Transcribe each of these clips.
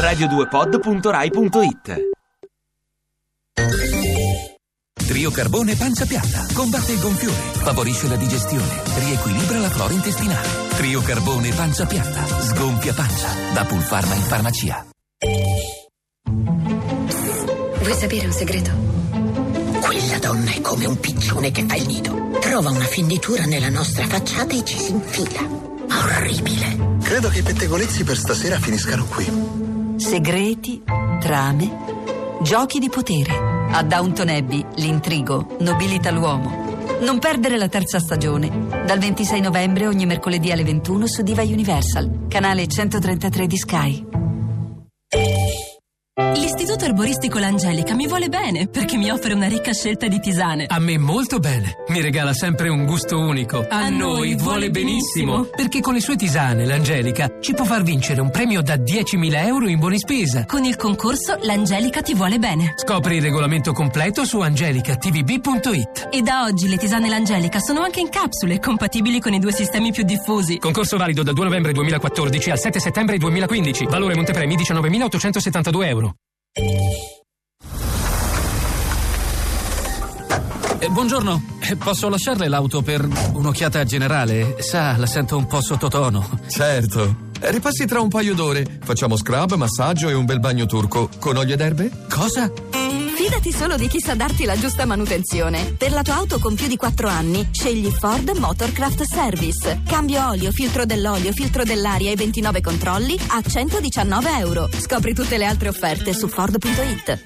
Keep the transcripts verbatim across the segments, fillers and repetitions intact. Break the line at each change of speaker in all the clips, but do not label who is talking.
radio due pod punto rai punto it.
Trio Carbone Pancia Piatta. Combatte il gonfiore, favorisce la digestione, riequilibra la flora intestinale. Trio Carbone Pancia Piatta. Sgonfia pancia. Da Pulpharma in farmacia.
Vuoi sapere un segreto? Quella donna è come un piccione che fa il nido. Trova una fenditura nella nostra facciata e ci si infila. Orribile.
Credo che i pettegolezzi per stasera finiscano qui.
Segreti, trame, giochi di potere. A Downton Abbey l'intrigo nobilita l'uomo. Non perdere la terza stagione. Dal ventisei novembre ogni mercoledì alle ventuno su Diva Universal, canale centotrentatré di Sky.
L'Istituto Erboristico L'Angelica mi vuole bene perché mi offre una ricca scelta di tisane.
A me molto bene. Mi regala sempre un gusto unico. A,
A noi vuole benissimo. benissimo.
Perché con le sue tisane l'Angelica ci può far vincere un premio da diecimila euro in buoni spesa.
Con il concorso L'Angelica ti vuole bene.
Scopri il regolamento completo su angelica t v b punto it.
E da oggi le tisane L'Angelica sono anche in capsule, compatibili con i due sistemi più diffusi.
Concorso valido dal due novembre duemilaquattordici al sette settembre duemilaquindici. Valore montepremi diciannovemilaottocentosettantadue euro.
Eh, buongiorno, eh, posso lasciarle l'auto per un'occhiata generale? Sa, la sento un po' sottotono.
Certo. Ripassi tra un paio d'ore. Facciamo scrub, massaggio e un bel bagno turco. Con olio ed erbe?
Cosa?
Fidati solo di chi sa darti la giusta manutenzione. Per la tua auto con più di quattro anni, scegli Ford Motorcraft Service. Cambio olio, filtro dell'olio, filtro dell'aria e ventinove controlli a centodiciannove euro. Scopri tutte le altre offerte su Ford punto it.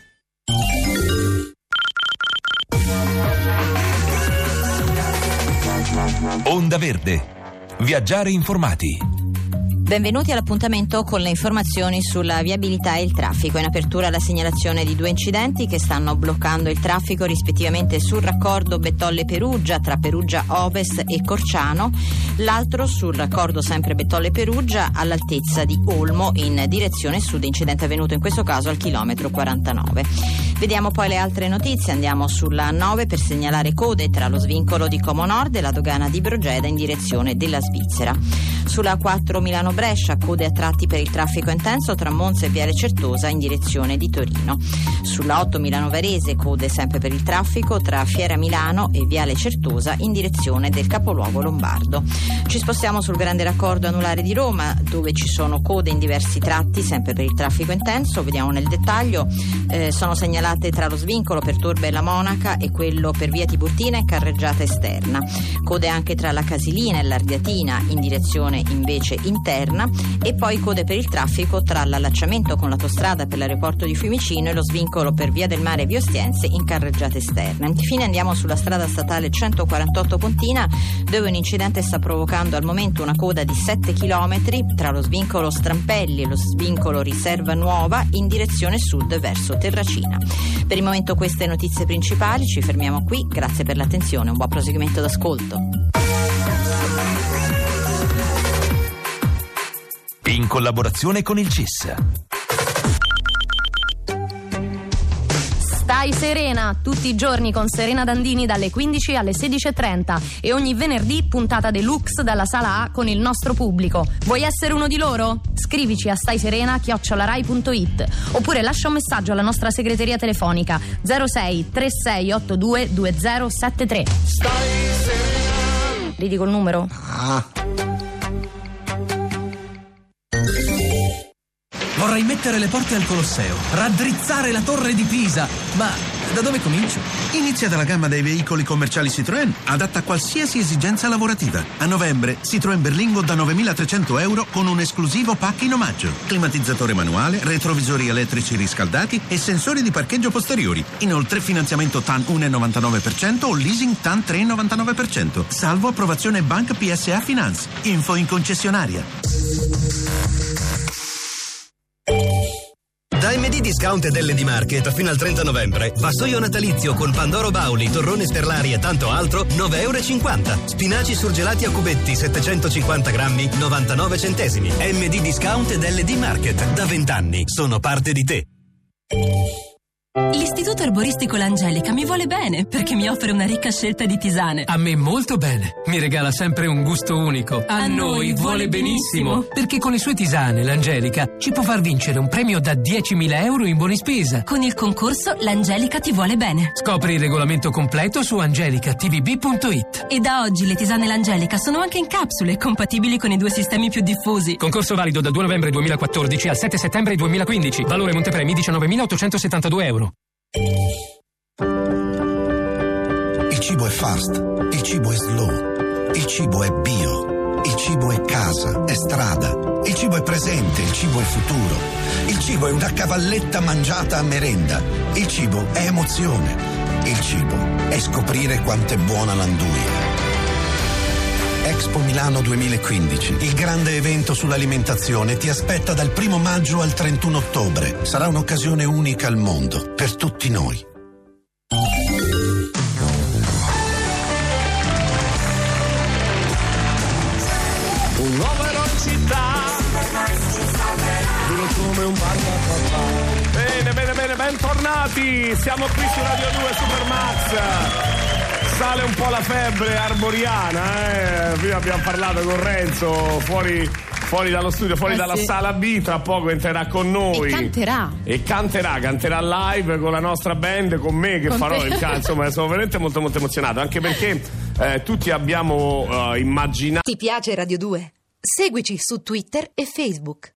Onda Verde. Viaggiare informati.
Benvenuti all'appuntamento con le informazioni sulla viabilità e il traffico. In apertura la segnalazione di due incidenti che stanno bloccando il traffico rispettivamente sul raccordo Bettolle-Perugia tra Perugia Ovest e Corciano, l'altro sul raccordo sempre Bettolle-Perugia all'altezza di Olmo in direzione sud, incidente avvenuto in questo caso al chilometro quarantanove. Vediamo poi le altre notizie, andiamo sulla nove per segnalare code tra lo svincolo di Como Nord e la dogana di Brogeda in direzione della Svizzera. Sulla quattro Milano-Brescia, code a tratti per il traffico intenso tra Monza e Viale Certosa in direzione di Torino. Sulla otto Milano-Varese, code sempre per il traffico tra Fiera Milano e Viale Certosa in direzione del capoluogo lombardo. Ci spostiamo sul grande raccordo anulare di Roma, dove ci sono code in diversi tratti sempre per il traffico intenso. Vediamo nel dettaglio, eh, sono segnalate tra lo svincolo per Torbe e la Monaca e quello per via Tiburtina e carreggiata esterna. Code anche tra la Casilina e l'Ardiatina in direzione invece interna, e poi code per il traffico tra l'allacciamento con l'autostrada per l'aeroporto di Fiumicino e lo svincolo per via del Mare Vie Ostiense in carreggiata esterna. Infine andiamo sulla strada statale centoquarantotto Pontina, dove un incidente sta provocando al momento una coda di sette chilometri tra lo svincolo Strampelli e lo svincolo Riserva Nuova in direzione sud verso Terracina. Per il momento queste notizie principali, ci fermiamo qui, grazie per l'attenzione, un buon proseguimento d'ascolto.
In collaborazione con il C I S.
Stai serena, tutti i giorni con Serena Dandini dalle quindici alle sedici e trenta e ogni venerdì puntata deluxe dalla Sala A con il nostro pubblico. Vuoi essere uno di loro? Scrivici a staiserena chiocciola rai punto it oppure lascia un messaggio alla nostra segreteria telefonica zero sei tre sei otto due due zero sette tre. Stai serena. Ridico il numero?
Ah.
Vorrei mettere le porte al Colosseo, raddrizzare la torre di Pisa, ma da dove comincio?
Inizia dalla gamma dei veicoli commerciali Citroën, adatta a qualsiasi esigenza lavorativa. A novembre, Citroën Berlingo da novemilatrecento euro con un esclusivo pack in omaggio. Climatizzatore manuale, retrovisori elettrici riscaldati e sensori di parcheggio posteriori. Inoltre finanziamento T A N uno virgola novantanove per cento o leasing T A N tre virgola novantanove per cento. Salvo approvazione Bank P S A Finance. Info in concessionaria.
Da M D Discount ed L D Market fino al trenta novembre, vassoio natalizio con Pandoro Bauli, torrone Sterlari e tanto altro, nove virgola cinquanta euro. Spinaci surgelati a cubetti settecentocinquanta grammi, novantanove centesimi. M D Discount ed L D Market, da venti anni sono parte di te.
L'Istituto Erboristico L'Angelica mi vuole bene perché mi offre una ricca scelta di tisane.
A me molto bene. Mi regala sempre un gusto unico. A,
A
noi
noi
vuole
vuole
benissimo.
benissimo.
Perché con le sue tisane l'Angelica ci può far vincere un premio da diecimila euro in buoni spesa.
Con il concorso L'Angelica ti vuole bene.
Scopri il regolamento completo su angelica t v b punto i t.
E da oggi le tisane L'Angelica sono anche in capsule, compatibili con i due sistemi più diffusi.
Concorso valido dal due novembre duemilaquattordici al sette settembre duemilaquindici. Valore montepremi diciannovemilaottocentosettantadue euro.
Il cibo è fast, il cibo è slow, il cibo è bio, il cibo è casa, è strada, il cibo è presente, il cibo è futuro, il cibo è una cavalletta mangiata a merenda, il cibo è emozione, il cibo è scoprire quanto è buona l'anduia. Expo Milano duemilaquindici, il grande evento sull'alimentazione, ti aspetta dal primo maggio al trentuno ottobre. Sarà un'occasione unica al mondo, per tutti noi.
Un uomo ero in città, duro come un barba. Bene, bene, bene, bentornati. Siamo qui su Radio due Supermax. Sale un po' la febbre arboriana, eh? Prima abbiamo parlato con Renzo fuori, fuori dallo studio, fuori
eh
dalla
sì.
sala B, tra poco entrerà con noi.
E canterà.
E canterà, canterà live con la nostra band, con me che
Con
farò
te.
il canto. Insomma, sono veramente molto molto emozionato, anche perché eh, tutti abbiamo uh, immaginato.
Ti piace Radio due? Seguici su Twitter e Facebook.